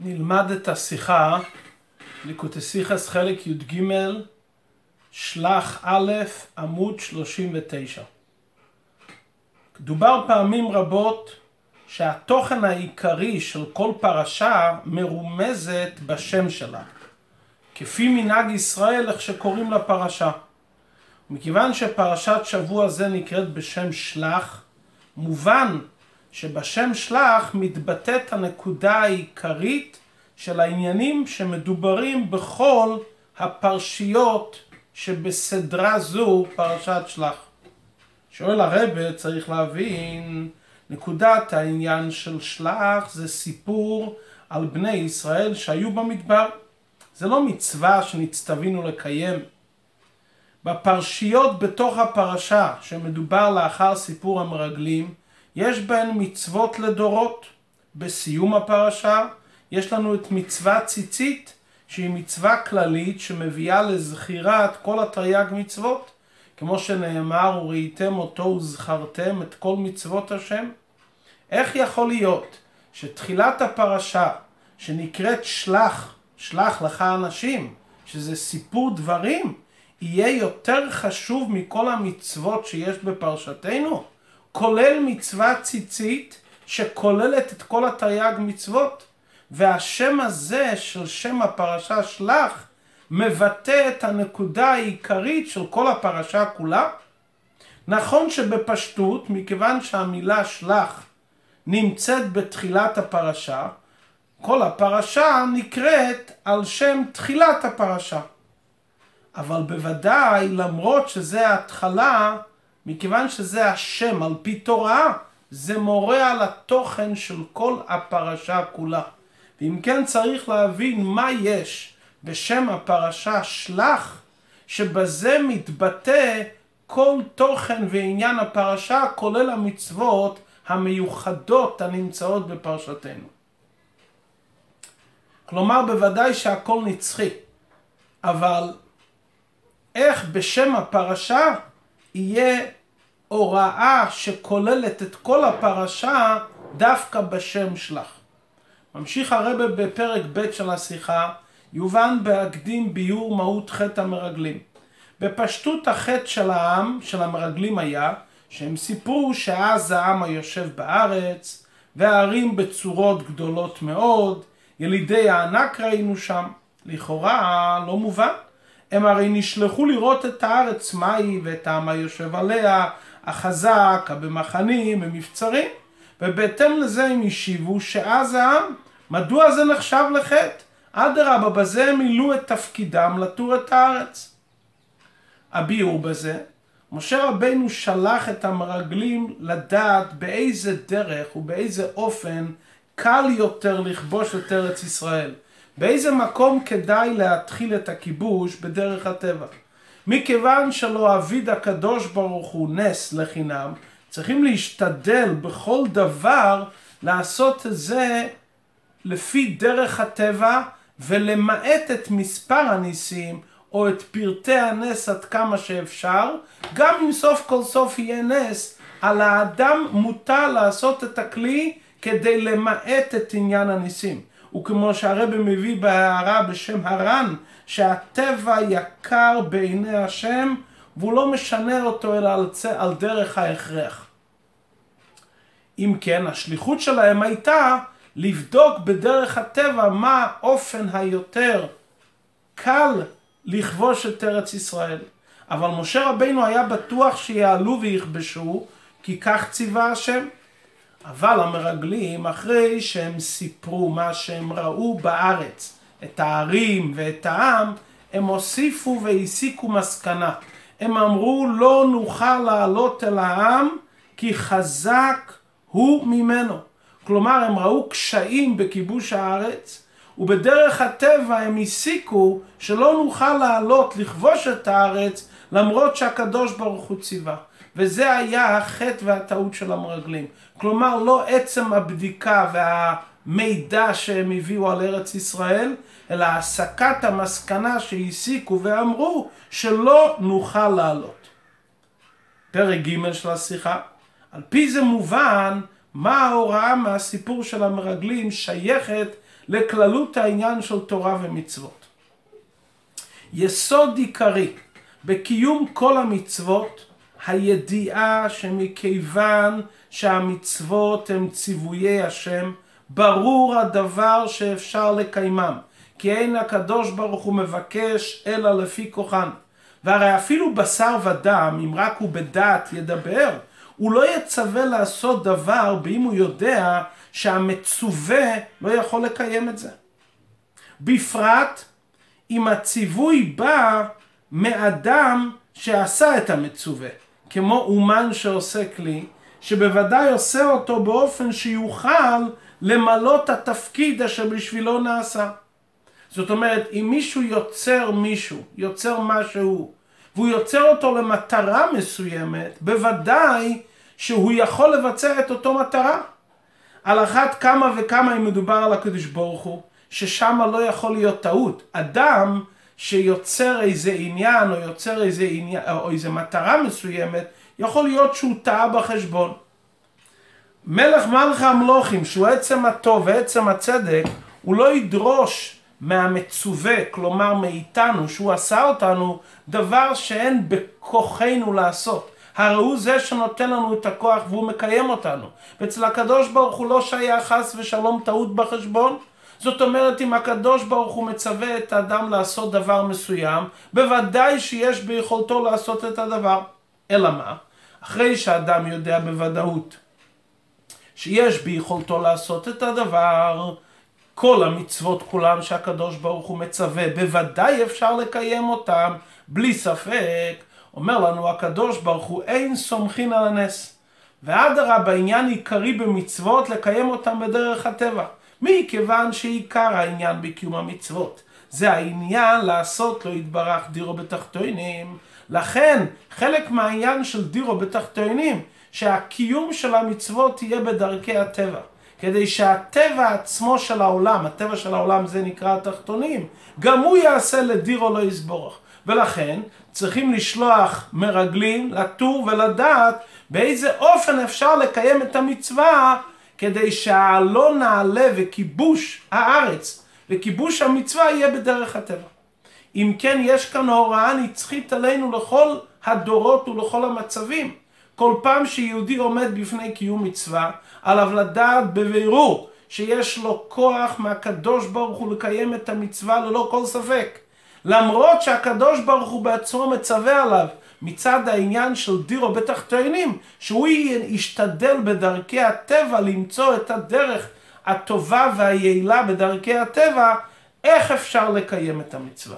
נלמד את השיחה, ליקוטי שיחס חלק י"ג, שלח א', עמוד 39. דובר פעמים רבות שהתוכן העיקרי של כל פרשה מרומזת בשם שלה, כפי מנהג ישראל איך שקוראים לפרשה. מכיוון שפרשת שבוע זה נקראת בשם שלח, מובן שבשם שלח מתבטאת הנקודה העיקרית של העניינים שמדוברים בכל הפרשיות שבסדרה זו פרשת שלח. שואל הרב, צריך להבין, נקודת העניין של שלח זה סיפור על בני ישראל שהיו במדבר. זה לא מצווה שנצטווינו לקיים. בפרשיות בתוך הפרשה שמדובר לאחר סיפור המרגלים, יש בהן מצוות לדורות. בסיום הפרשה יש לנו את מצוות ציצית, שהיא מצווה כללית שמביאה לזכירת כל התרי"ג מצוות, כמו שנאמר, וראיתם אותו וזכרתם את כל מצוות השם. איך יכול להיות שתחילת הפרשה שנקראת שלח, שלח לך אנשים, שזה סיפור דברים, יהיה יותר חשוב מכל המצוות שיש בפרשתנו? כולל מצוות ציצית שכוללת את כל התרי"ג מצוות, והשם הזה של שם הפרשה שלח מבטא את הנקודה העיקרית של כל הפרשה כולה. נכון שבפשטות, מכיוון שהמילה שלח נמצאת בתחילת הפרשה, כל הפרשה נקראת על שם תחילת הפרשה. אבל בוודאי, למרות שזה ההתחלה, מכיוון שזה השם על פי תורה, זה מורה על התוכן של כל הפרשה כולה. ואם כן צריך להבין מה יש בשם הפרשה שלח, שבזה מתבטא כל תוכן ועניין הפרשה, כולל המצוות המיוחדות הנמצאות בפרשתנו. כלומר, בוודאי שהכל נצחי, אבל איך בשם הפרשה יהיה הוראה שכוללת את כל הפרשה דווקא בשם שלח? ממשיך הרב בפרק ב' של השיחה, יובן בהקדים ביור מהות חטא המרגלים. בפשטות החטא של העם, של המרגלים, היה שהם סיפרו שאז העם היושב בארץ, והערים בצורות גדולות מאוד, ילידי הענק ראינו שם. לכאורה לא מובן. הם הרי נשלחו לראות את הארץ מהי ואת העם היושב עליה, החזק, במחנים, במבצרים, ובהתאם לזה הם השיבו שאז העם, מדוע זה נחשב לחטא? אדרבה, בזה הם מילאו את תפקידם לתור את הארץ. הביאור בזה, משה רבינו שלח את המרגלים לדעת באיזה דרך ובאיזה אופן קל יותר לכבוש את ארץ ישראל. באיזה מקום כדאי להתחיל את הכיבוש בדרך הטבע. מכיוון שלא עביד הקדוש ברוך הוא נס לחינם, צריכים להשתדל בכל דבר לעשות את זה לפי דרך הטבע, ולמעט את מספר הניסים או את פרטי הנס עד כמה שאפשר. גם אם סוף כל סוף יהיה נס, על האדם מותר לעשות את הכלי כדי למעט את עניין הניסים. וכמו שהרב מביא בהערה בשם הר"ן, שהטבע יקר בעיני השם, והוא לא משנה אותו אלא על דרך ההכרח. אם כן, השליחות שלהם הייתה לבדוק בדרך הטבע מה האופן היותר קל לכבוש את ארץ ישראל. אבל משה רבינו היה בטוח שיעלו ויכבשו, כי כך ציווה השם. אבל המרגלים, אחרי שהם סיפרו מה שהם ראו בארץ, את הערים ואת העם, הם הוסיפו והסיקו מסקנה. הם אמרו, לא נוכל לעלות אל העם, כי חזק הוא ממנו. כלומר, הם ראו קשיים בכיבוש הארץ, ובדרך הטבע הם הסיקו שלא נוכל לעלות לכבוש את הארץ, למרות שהקדוש ברוך הוא ציווה. וזה היה החטא והטעות של המרגלים. כלומר, לא עצם הבדיקה והמידע שהם הביאו על ארץ ישראל, אלא הסקת המסקנה שהסיקו ואמרו שלא נוכל לעלות. פרק ג' של השיחה. על פי זה מובן מה ההוראה מהסיפור של המרגלים שייכת לכללות העניין של תורה ומצוות. יסוד עיקרי בקיום כל המצוות, הידיעה שמכיוון שהמצוות הם ציוויי השם, ברור הדבר שאפשר לקיימם, כי אין הקדוש ברוך הוא מבקש אלא לפי כוחן. והרי אפילו בשר ודם, אם רק הוא בדעת ידבר, הוא לא יצווה לעשות דבר באם הוא יודע שהמצווה לא יכול לקיים את זה. בפרט אם הציווי בא מאדם שעשה את המצווה, כמו אומן שעושה כלי, שבוודאי עושה אותו באופן שיוכל למלות התפקיד אשר בשבילו נעשה. זאת אומרת, אם מישהו יוצר משהו, והוא יוצר אותו למטרה מסוימת, בוודאי שהוא יכול לבצע את אותו מטרה. על אחת כמה וכמה אם מדובר על הקדוש ברוך הוא, ששם לא יכול להיות טעות. אדם שיוצר איזה עניין או איזה מטרה מסוימת, יכול להיות שהוא טעה בחשבון. מלך מלך המלוכים, שהוא עצם הטוב ועצם הצדק, הוא לא ידרוש מהמצווה, כלומר מאיתנו, שהוא עשה אותנו, דבר שאין בכוחנו לעשות. הרי הוא זה שנותן לנו את הכוח והוא מקיים אותנו. ואצל הקדוש ברוך הוא לא שייך חס ושלום טעות בחשבון. זאת אומרת, אם הקדוש ברוך הוא מצווה את האדם לעשות דבר מסוים, בוודאי שיש ביכולתו לעשות את הדבר. אלא מה? אחרי שהאדם יודע בוודאות שיש ביכולתו לעשות את הדבר, כל המצוות כולם שהקדוש ברוך הוא מצווה, בוודאי אפשר לקיים אותם, בלי ספק. אומר לנו הקדוש ברוך הוא, אין סומכין על הנס. ואדרבה, בעניין עיקרי במצוות לקיים אותם בדרך הטבע. מכיוון שעיקר העניין בקיום המצוות זה העניין לעשות לו יתברך דירו בתחתונים. לכן חלק מהעניין של דירו בתחתונים, שהקיום של המצוות יהיה בדרכי הטבע. כדי שהטבע עצמו של העולם, הטבע של העולם זה נקרא התחתונים, גם הוא יעשה לדירו לא יסבורך. ולכן צריכים לשלוח מרגלים לטור ולדעת באיזה אופן אפשר לקיים את המצווה, כדי שהלא נעלה וכיבוש הארץ וכיבוש המצווה יהיה בדרך הטבע. אם כן, יש כאן הוראה נצחית עלינו לכל הדורות ולכל המצבים. כל פעם שיהודי עומד בפני קיום מצווה, עליו לדעת בבירור שיש לו כוח מהקדוש ברוך הוא לקיים את המצווה ללא כל ספק. למרות שהקדוש ברוך הוא בעצמו מצווה עליו מצד העניין של דירו בתחתונים, שהוא ישתדל בדרכי הטבע למצוא את הדרך הטובה והיעילה בדרכי הטבע, איך אפשר לקיים את המצווה.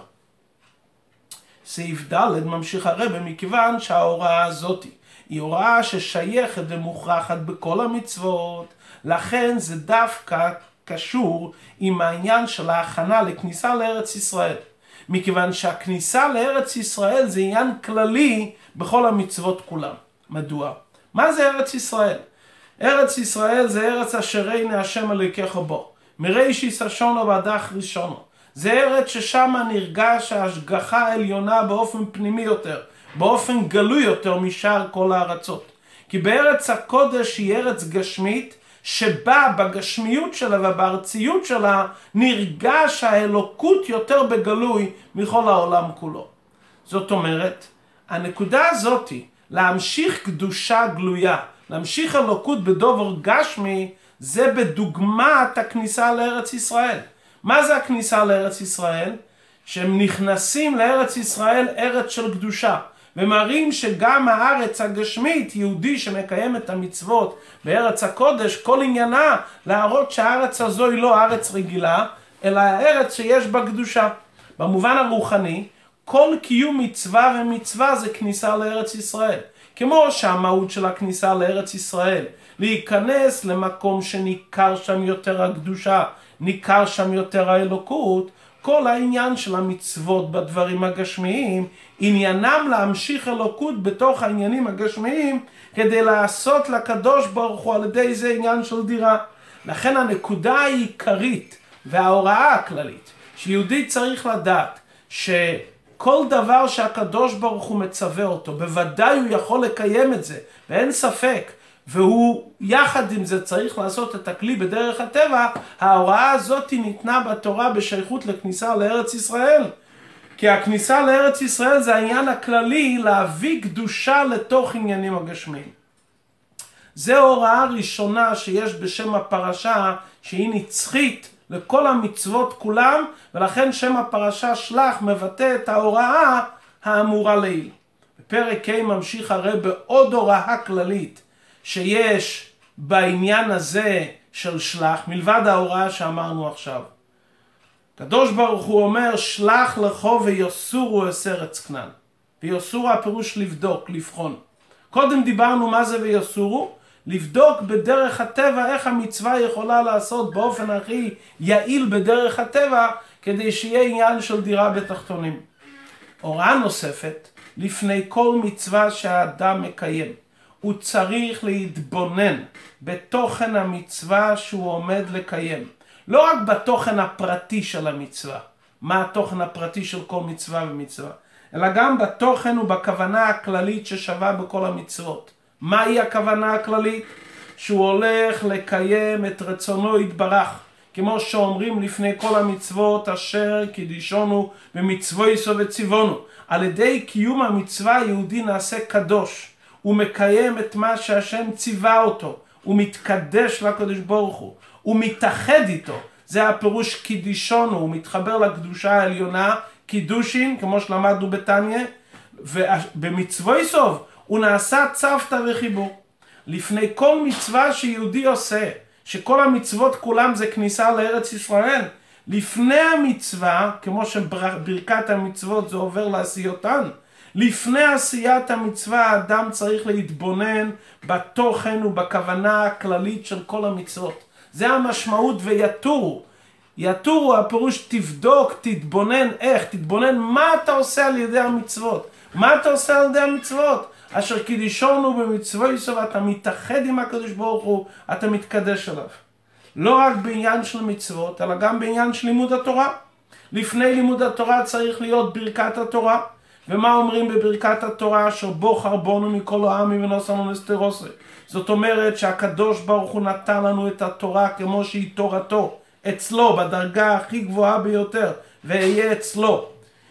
סעיף ד' ממשיך הרב, מכיוון שההוראה הזאת היא הוראה ששייכת ומוכרחת בכל המצוות, לכן זה דווקא קשור עם העניין של ההכנה לכניסה לארץ ישראל. מכיוון שהכניסה לארץ ישראל זה עניין כללי בכל המצוות כולם. מדוע? מה זה ארץ ישראל? ארץ ישראל זה ארץ אשר הנה השם אלוהיך בו, מראשית השונו ועד אחרית ראשונו. זה ארץ ששם נרגש ההשגחה העליונה באופן פנימי יותר, באופן גלוי יותר משאר כל הארצות. כי בארץ הקודש היא ארץ גשמית, שבה בגשמיות שלה ובארציות שלה נרגש האלוקות יותר בגלוי מכל העולם כולו. זאת אומרת, הנקודה הזאת, להמשיך קדושה גלויה, להמשיך אלוקות בדובר גשמי, זה בדוגמת הכניסה לארץ ישראל. מה זה הכניסה לארץ ישראל? שהם נכנסים לארץ ישראל ארץ של קדושה, ומראים שגם הארץ הגשמית, יהודי שמקיים את המצוות בארץ הקודש, כל עניינה להראות שהארץ הזו היא לא ארץ רגילה, אלא הארץ שיש בה קדושה. במובן הרוחני, כל קיום מצווה ומצווה זה כניסה לארץ ישראל. כמו שהמהות של הכניסה לארץ ישראל, להיכנס למקום שניכר שם יותר הקדושה, ניכר שם יותר האלוקות, כל העניין של המצוות בדברים הגשמיים, עניינם להמשיך אלוקות בתוך העניינים הגשמיים, כדי לעשות לקדוש ברוך הוא על ידי זה עניין של דירה. לכן הנקודה העיקרית וההוראה הכללית, שיהודי צריך לדעת שכל דבר שהקדוש ברוך הוא מצווה אותו, בוודאי הוא יכול לקיים את זה, ואין ספק, והוא יחד עם זה צריך לעשות את הכלי בדרך הטבע, ההוראה הזאת ניתנה בתורה בשייכות לכניסה לארץ ישראל. כי הכניסה לארץ ישראל זה העניין הכללי להביא קדושה לתוך עניינים הגשמיים. זו הוראה ראשונה שיש בשם הפרשה שהיא נצחית לכל המצוות כולם, ולכן שם הפרשה שלח מבטא את ההוראה האמורה לעיל. בפרק ה' ממשיך הרי בעוד הוראה כללית שיש בעניין הזה של שלח, מלבד ההוראה שאמרנו עכשיו. הקדוש ברוך הוא אומר שלח לכו ויסורו את ארץ כנען. ויסורו הפירוש לבדוק, לבחון. קודם דיברנו מה זה ויסורו, לבדוק בדרך הטבע איך המצווה יכולה לעשות באופן הכי יעיל בדרך הטבע, כדי שיהיה עניין של דירה בתחתונים. הוראה נוספת, לפני כל מצווה שהאדם מקיים, הוא צריך להתבונן בתוכן המצווה שהוא עומד לקיים. לא רק בתוכן הפרטי של המצווה, מה התוכן הפרטי של כל מצווה ומצווה, אלא גם בתוכן ובכוונה הכללית ששווה בכל המצוות. מהי הכוונה הכללית? שהוא הולך לקיים את רצונו יתברך, כמו שאומרים לפני כל המצוות אשר קידישונו במצוותיו וציוונו. על ידי קיום המצווה היהודי נעשה קדוש, הוא מקיים את מה שהשם ציווה אותו, הוא מתקדש לקדוש ברוך הוא, הוא מתאחד איתו. זה הפירוש קידישונו, הוא מתחבר לקדושה העליונה, קידושין, כמו שלמדנו בתניא, ובמצוותיו הוא נעשה צוותא וחיבור. לפני כל מצווה שיהודי עושה, שכל המצוות כולם זה כניסה לארץ ישראל, לפני המצווה, כמו שברכת המצוות זה עובר לעשיותן, לפני עשיית המצווה האדם צריך להתבונן בתוכן ובכוונה הכללית של כל המצוות. זה המשמעות ויתורו. יתורו הפירוש תבדוק, תתבונן איך, תתבונן מה אתה עושה על ידי המצוות. מה אתה עושה על ידי המצוות? אשר קידישונו במצוותיו, אתה מתאחד עם הקדוש ברוך הוא, אתה מתקדש אליו. לא רק בעניין של מצוות, אלא גם בעניין של לימוד התורה. לפני לימוד התורה צריך להיות ברכת התורה. ומה אומרים בברכת התורה? אשר בו חרבונו מכל העמים ונוסנו נסתרוסי. זאת אומרת שהקדוש ברוך הוא נתן לנו את התורה כמו שהיא תורתו, אצלו, בדרגה הכי גבוהה ביותר, ואהיה אצלו.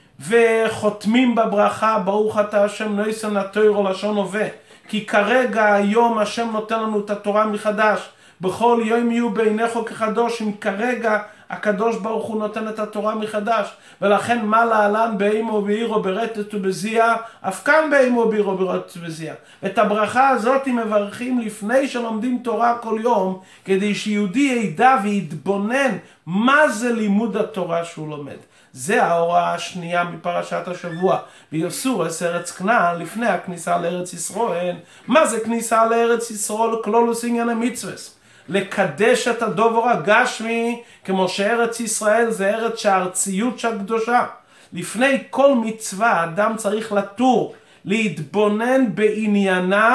וחותמים בברכה, ברוך אתה השם נויסן התוירו לשון הווה, כי כרגע היום השם נותן לנו את התורה מחדש, בכל יום יהיו בעיניך כחדוש, אם כרגע הקדוש ברוך הוא נותן את התורה מחדש, ולכן מה להלן באימו ובעירו ברטט ובזיע, אף כאן באימו ובעירו ברטט ובזיע. את הברכה הזאת מברכים לפני שלומדים תורה כל יום, כדי שיהודי ידע ויתבונן מה זה לימוד התורה שהוא לומד. זה ההוראה השנייה מפרשת השבוע, ויסורו את ארץ כנען לפני הכניסה לארץ ישראל. מה זה כניסה לארץ ישראל? כלולוס עניין המצווס. לקדש את הדובר הגשמי, כמו שארץ ישראל זה ארץ שהארציות שהקדושה. לפני כל מצווה אדם צריך לתור, להתבונן בעניינה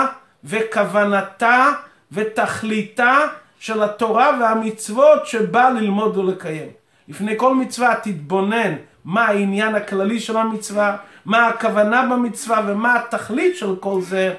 וכוונתה ותכליתה של התורה והמצוות שבא ללמוד ולקיים. לפני כל מצווה תתבונן מה העניין הכללי של המצווה, מה הכוונה במצווה ומה התכלית של כל זה.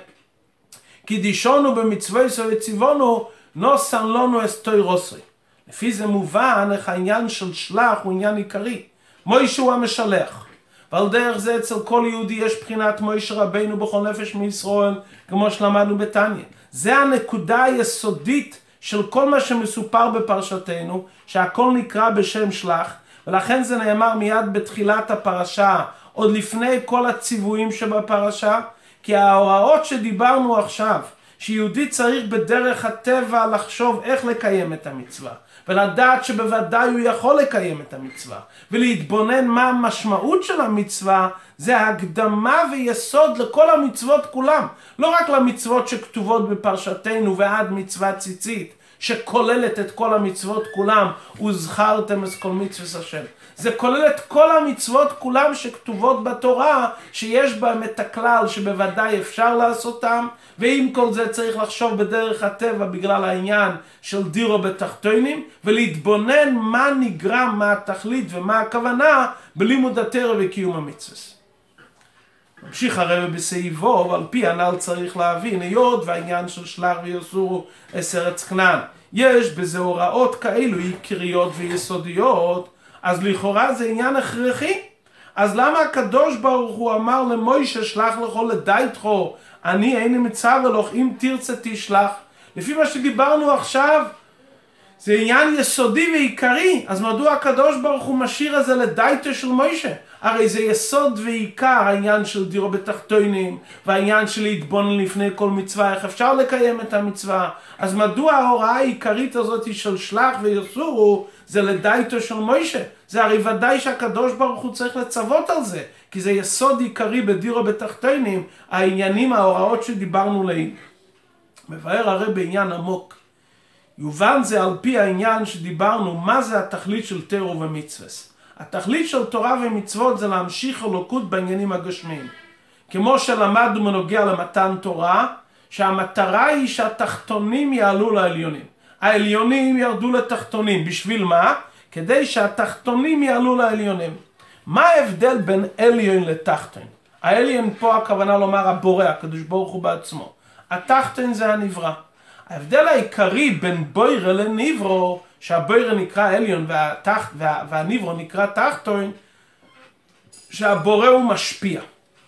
קידישונו במצוותיו וציוונו נוסן לנו אסתוירוסי. לפי זה מובן איך העניין של שלח הוא עניין עיקרי. מוישה הוא המשלח. ועל דרך זה אצל כל יהודי יש בחינת מוישה רבינו בכל נפש מישראל, כמו שלמדנו בתניא. זה הנקודה היסודית של כל מה שמסופר בפרשתנו, שהכל נקרא בשם שלח, ולכן זה נאמר מיד בתחילת הפרשה, עוד לפני כל הציוויים שבפרשה, כי ההוראות שדיברנו עכשיו, שיהודי צריך בדרך הטבע לחשוב איך לקיים את המצווה, ולדעת שבוודאי הוא יכול לקיים את המצווה, ולהתבונן מה המשמעות של המצווה, זה הקדמה ויסוד לכל המצוות כולם. לא רק למצוות שכתובות בפרשתנו ועד מצוות ציצית, שכוללת את כל המצוות כולם, וזכרתם את כל מצוות השם. זה כולל את כל המצוות כולם שכתובות בתורה, שיש בהם את הכלל שבוודאי אפשר לעשותם, ועם כל זה צריך לחשוב בדרך הטבע בגלל העניין של דירו בתחתונים, ולהתבונן מה נגרם, מה התכלית ומה הכוונה בלימוד התורה וקיום המצוות. ממשיך הרב בסעיבו, ועל פי הנ"ל צריך להבין, היות והעניין של שלח ויסורו אס ארץ כנען, יש בזה הוראות כאלו עיקריות ויסודיות, אז לכאורה זה עניין הכרחי. אז למה הקדוש ברוך הוא אמר למוישה שלח לך לדייתך, אני איני מצווה לך, אם תרצה תשלח? לפי מה שדיברנו עכשיו, זה עניין יסודי ועיקרי, אז מדוע הקדוש ברוך הוא משאיר את זה לדייתו של מוישה? הרי זה יסוד ועיקר העניין של דירו בתחתונים, והעניין של להתבונן לפני כל מצווה, איך אפשר לקיים את המצווה. אז מדוע ההוראה העיקרית הזאת של שלח ויסורו, זה לדייתו של מוישה? זה הרי ודאי שהקדוש ברוך הוא צריך לצוות על זה, כי זה יסוד עיקרי בדירו בתחתונים, העניינים, ההוראות שדיברנו לעיל. מבאר הרי בעניין עמוק. יובן זה על פי העניין שדיברנו, מה זה התכלית של תורה ומצוות. התכלית של תורה ומצוות זה להמשיך אלוקות בעניינים הגשמיים. כמו שלמדנו בנוגע למתן תורה, שהמטרה היא שהתחתונים יעלו לעליונים. העליונים ירדו לתחתונים. בשביל מה? כדי שהתחתונים יעלו לעליונים. מה ההבדל בין עליון לתחתון? העליון פה הכוונה לומר הבורא, הקדוש ברוך הוא בעצמו. התחתון זה הנברא. ההבדל העיקרי בין בוירה לנברו, שהבוירה נקרא עליון והנברו נקרא תחתון, שהבורא הוא משפיע.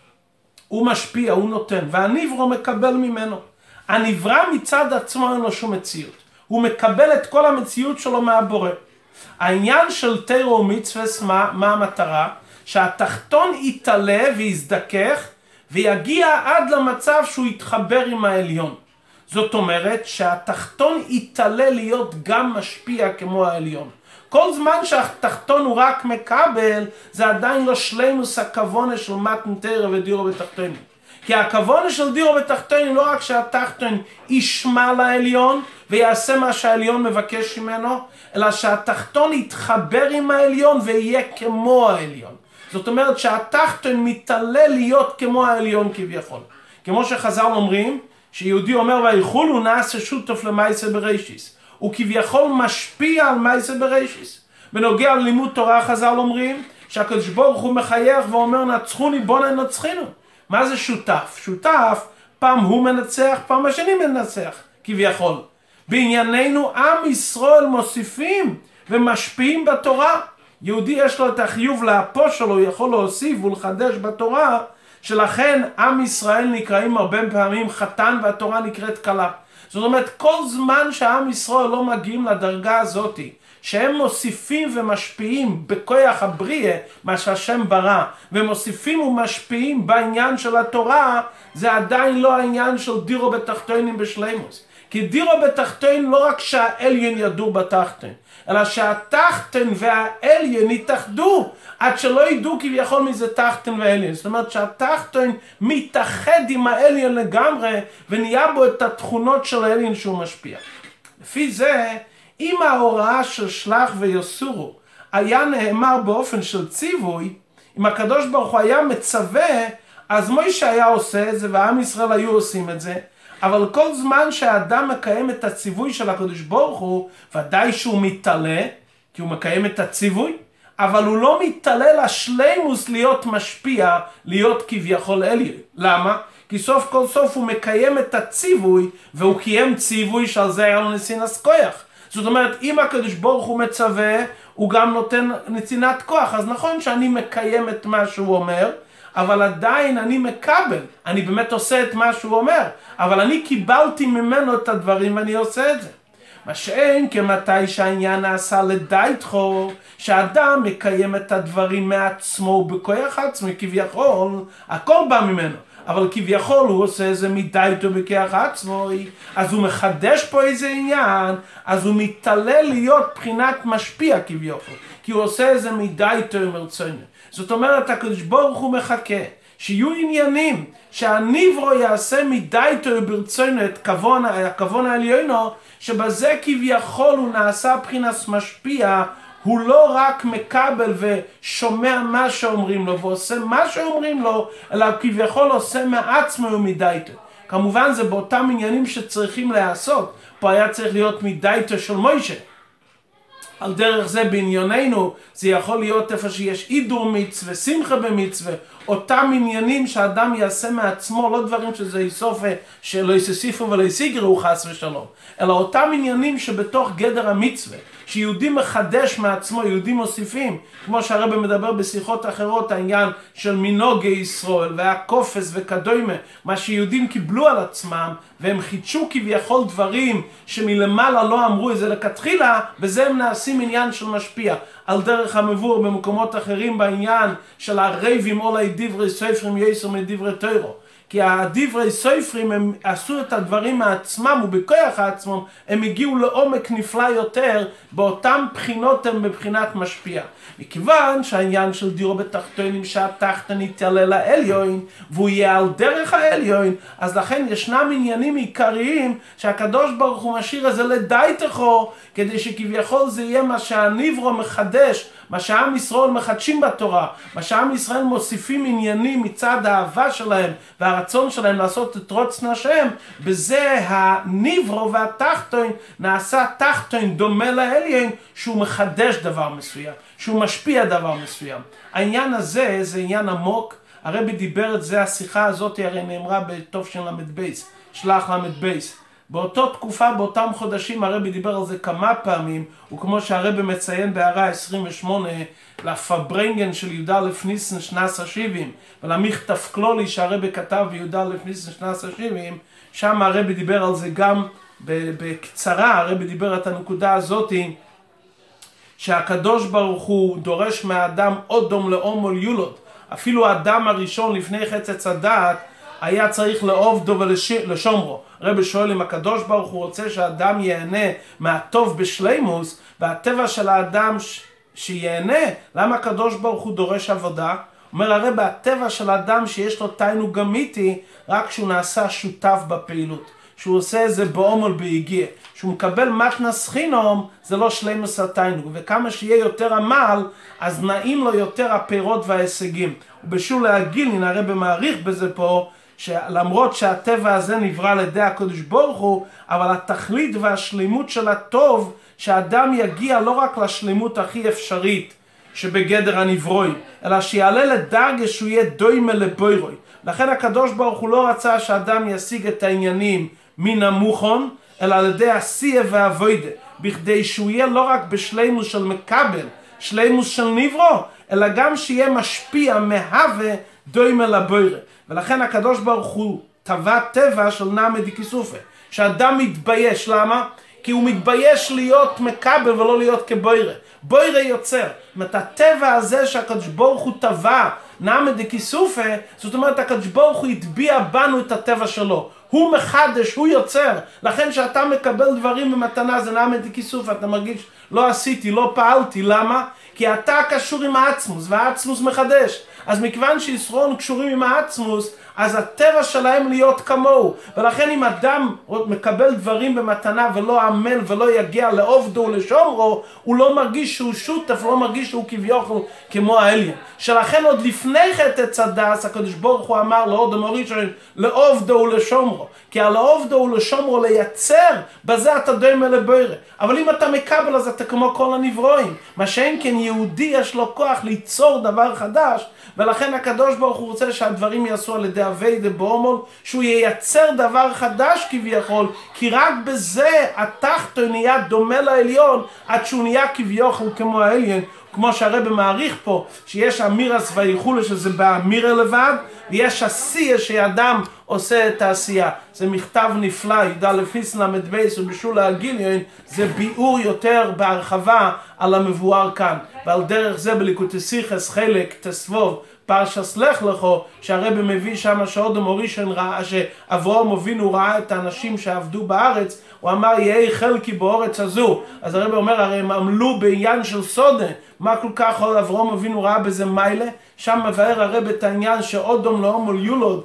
הוא משפיע, הוא נותן, והנברו מקבל ממנו. הנברא מצד עצמו אין לו שום מציאות. הוא מקבל את כל המציאות שלו מהבורא. העניין של תורה ומצוות, מה המטרה? שהתחתון יתעלה ויזדכך, ויגיע עד למצב שהוא יתחבר עם העליון. זאת אומרת שהתחתון יתעלה להיות גם משפיע כמו העליון. כל זמן שהתחתון הוא רק מקבל, זה עדיין לא שלמוס הכוונה של מתן תורה ודירו בתחתונים. כי הכוונה של דירו בתחתונים לא רק שהתחתון ישמע לעליון ויעשה מה שהעליון מבקש ממנו, אלא שהתחתון יתחבר עם העליון ויהיה כמו העליון. זאת אומרת שהתחתון מתעלה להיות כמו העליון כביכול. כמו שחז"ל אומרים, שיהודי אומר ויחולו נעשה שותף למעשה בראשיס, הוא כביכול משפיע על מעשה בראשיס. בנוגע ללימוד תורה חז"ל אומרים שהקדוש ברוך הוא מחייך ואומר נצחוני בוא ננצחנו. מה זה שותף? שותף פעם הוא מנצח, פעם השני מנצח כביכול. בענייננו עם ישראל מוסיפים ומשפיעים בתורה. יהודי יש לו את החיוב לאפו שלו, הוא יכול להוסיף ולחדש בתורה, שלכן עם ישראל נקראים הרבה פעמים חתן והתורה נקראת כלה. זאת אומרת, כל זמן שעם ישראל לא מגיעים לדרגה הזאת, שהם מוסיפים ומשפיעים בכוח הבריאה, מה שהשם ברא, ומוסיפים ומשפיעים בעניין של התורה, זה עדיין לא העניין של דירו בתחתונים בשלימוס. כי דירו בתחתון לא רק שהעליון ידור בתחתון, אלא שהתחתון והעליון יתאחדו, עד שלא ידעו כביכול מי זה תחתון ועליון. זאת אומרת שהתחתון מתאחד עם העליון לגמרי, ונהיה בו את התכונות של העליון שהוא משפיע. לפי זה, אם ההוראה של שלח ויסורו היה נאמר באופן של ציווי, אם הקדוש ברוך הוא היה מצווה, אז מוישה היה עושה את זה, והעם ישראל היו עושים את זה, אבל כל זמן שהאדם מקיים את הציווי של הקדוש ברוך הוא, ודאי שהוא מתעלה, כי הוא מקיים את הציווי, אבל הוא לא מתעלה לשלימוס להיות משפיע, להיות כביכול עליון. למה? כי סוף כל סוף הוא מקיים את הציווי, והוא קיים ציווי שעל זה היה לו נתינת כוח. זאת אומרת, אם הקדוש ברוך הוא מצווה, הוא גם נותן נתינת כוח. אז נכון שאני מקיים את מה שהוא אומר, אבל עדיין אני מקבל, אני באמת עושה את מה שהוא אומר, אבל אני קיבלתי ממנו את הדברים ואני עושה את זה. מה שאין כמתי שהעניין נעשה לדייתך, שאדם מקיים את הדברים מעצמו בכוח עצמו, כביכול, הכל בא ממנו, אבל כביכול הוא עושה איזה מדייתו בכוח עצמו, אז הוא מחדש פה איזה עניין, אז הוא מתעלה להיות בחינת משפיע כביכול, כי הוא עושה איזה מדייתו מרצונו. זאת אומרת, הקדוש ברוך הוא מחכה שיהיו עניינים שהנברו יעשה מדייתו ברצונו את הכוון העליונו, שבזה כביכול הוא נעשה בחינת משפיע, הוא לא רק מקבל ושומע מה שאומרים לו ועושה מה שאומרים לו, אלא כביכול עושה מעצמו ומדייתו. כמובן זה באותם עניינים שצריכים לעשות. פה היה צריך להיות מדייתו של מוישה. על דרך זה בענייננו, זה יכול להיות איפה שיש אידור מצווה, שמחה במצווה, אותם עניינים שאדם יעשה מעצמו, לא דברים שזה יסופה, שלא יסיפו ולא יסיגרו חס ושלום, אלא אותם עניינים שבתוך גדר המצווה, שיהודי מחדש מעצמו, יהודים מוסיפים, כמו שהרבא מדבר בשיחות אחרות, העניין של מנהגי ישראל והקופס וכדומה, מה שיהודים קיבלו על עצמם, והם חידשו כביכול דברים שמלמעלה לא אמרו את זה לכתחילה, וזה הם נעשים עניין של משפיע. על דרך המבואר במקומות אחרים בעניין של הרבים אולי דברי סופרים יסר מדברי תוירו. כי הדברי סופרים הם עשו את הדברים מעצמם ובכוח עצמם, הם הגיעו לעומק נפלא יותר, באותם בחינות הם בבחינת משפיע. מכיוון שהעניין של דירו בתחתונים שהתחתן יתעלה לעליון, והוא יהיה על דרך העליון, אז לכן ישנם עניינים עיקריים שהקדוש ברוך הוא משאיר את זה לדייתכו, כדי שכביכול זה יהיה מה שהנברו מחדש, מה שעם ישראל מחדשים בתורה, מה שעם ישראל מוסיפים עניינים מצד האהבה שלהם והרצון שלהם לעשות את רוצן השם, בזה הנברו והתחתון נעשה תחתון דומה לעליון, שהוא מחדש דבר מסוים, שהוא משפיע דבר מסוים. העניין הזה זה עניין עמוק, הרבי דיבר את זה, השיחה הזאת הרי נאמרה בטוב של למד בייס, שלח למד בייס. באותה תקופה, באותם חודשים, הרבי דיבר על זה כמה פעמים, וכמו שהרבי מציין בהערה 28, לפברנגן של י"א ניסן שנס ה-70, ולמכתב כלולי שהרבי כתב בי"א ניסן שנס ה-70, שם הרבי דיבר על זה גם בקצרה, הרבי דיבר את הנקודה הזאת, שהקדוש ברוך הוא דורש מהאדם אודום לאומול יולוד, אפילו האדם הראשון לפני חצץ הדעת, היה צריך לעובדו ולשומרו. רבי שואל אם הקדוש ברוך הוא רוצה שהאדם ייהנה מהטוב בשלימוס, והטבע של האדם שיהנה, למה הקדוש ברוך הוא דורש עבודה? אומר הרבי, הטבע של האדם שיש לו תענוג אמיתי, רק כשהוא נעשה שותף בפעילות. שהוא עושה את זה בעומל בהגיע. שהוא מקבל מתנס חינום, זה לא שלימוס התענוג. וכמה שיהיה יותר עמל, אז נעים לו יותר הפירות וההישגים. ובשול להגיל, הרבי מעריך בזה פה, שלמרות שהטבע הזה נברא על ידי הקדוש ברוך הוא, אבל התכלית והשלימות של הטוב, שהאדם יגיע לא רק לשלימות הכי אפשרית שבגדר הנברוי, אלא שיעלה לדרגה שהוא יהיה דומה לבוירוי. לכן הקדוש ברוך הוא לא רצה שהאדם ישיג את העניינים מן המוכון, אלא על ידי עשייה והעבודה, בכדי שהוא יהיה לא רק בשלימות של מקבל, שלימות של נברו, אלא גם שיהיה משפיע מהווה דומה לבוירה. ולכן הקדוש ברוך הוא טבע טבע של נעמי דקיסופה, שאדם מתבייש. למה? כי הוא מתבייש להיות מקבל ולא להיות כבוירה. בוירה יוצר. זאת אומרת, הטבע הזה שהקדוש ברוך הוא טבע נעמי דקיסופה, זאת אומרת, הקדוש ברוך הוא יטביע בנו את הטבע שלו. הוא מחדש, הוא יוצר. לכן שאתה מקבל דברים במתנה, זה נעמי דקיסופה, אתה מרגיש, לא עשיתי, לא פעלתי. למה? כי אתה קשור עם העצמוס, והעצמוס מחדש. אז מכיוון שישרון קשורים עם העצמוס, אז הטבע שלהם להיות כמוהו. ולכן אם אדם מקבל דברים במתנה ולא עמל ולא יגיע לעובדו ולשומרו, הוא לא מרגיש שהוא שותף, לא מרגיש שהוא כביכול כמו האליין. שלכן עוד לפני חטא צדס, הקדוש ברוך הוא אמר לאדם הראשון, לעובדו ולשומרו. כי על העובדו ולשומרו לייצר, בזה אתה דומה לבוירה. אבל אם אתה מקבל, אז אתה כמו כל הנברואים. מה שאין כן יהודי יש לו כוח ליצור דבר חדש, ולכן הקדוש ברוך הוא רוצה שהדברים יעשו על ידי אביידה באומול, שהוא ייצר דבר חדש כביכול, כי רק בזה התחתון נהיה דומה לעליון, עד שהוא נהיה כביכול כמו העליון, כמו שהרבא מעריך פה, שיש אמירס וייחולה שזה באמירה לבד, ויש עשייה שאדם עושה את העשייה. זה מכתב נפלא, ידע לפיס למד בייס ובשול הגיליון, זה ביאור יותר בהרחבה על המבואר כאן. ועל דרך זה בליקוטי סיכס חלק תסבוב, פרשס לך לכו, שהרבא מביא שם שאודם הראשון ראה, שאברהם אבינו ראה את האנשים שעבדו בארץ, הוא אמר יהי חלקי בארץ הזו. אז הרבא אומר, הרי הם עמלו בעניין של סודה, מה כל כך אברהם אבינו ראה בזה מיילה? שם מבאר הרבא את העניין שאודום לאומול יולוד,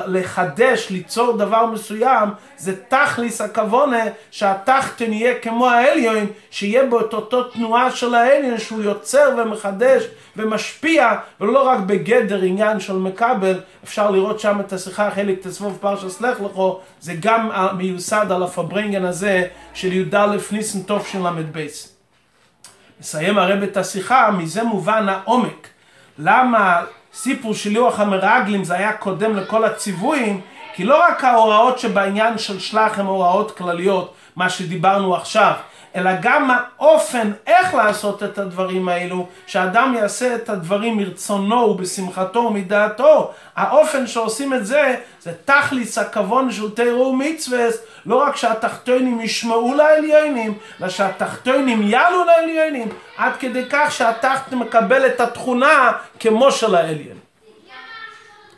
לחדש, ליצור דבר מסוים, זה תכליס הכוונה שהתחתון יהיה כמו העליון, שיהיה בו את אותו תנועה של העליון, שהוא יוצר ומחדש ומשפיע, ולא רק בגדר עניין של מקבל. אפשר לראות שם את השיחה חלק תסבוב פרשס לך לכו, זה גם מיוסד על הפברנגן הזה של י"א ניסן תשל"ב. נסיים הרב את השיחה, מזה מובן העומק. למה סיפור של לוח המרגלים זה היה קודם לכל הציוויים? כי לא רק ההוראות שבעניין של שלח הם הוראות כלליות, מה שדיברנו עכשיו, אלא גם האופן איך לעשות את הדברים האלו, שאדם יעשה את הדברים מרצונו ובשמחתו ומדעתו. האופן שעושים את זה, זה תכליס הכוון של תורה ומצוות, לא רק שהתחתונים ישמעו לעליונים, אלא שהתחתונים יעלו לעליונים, עד כדי כך שהתחת מקבל את התכונה כמו של העליון.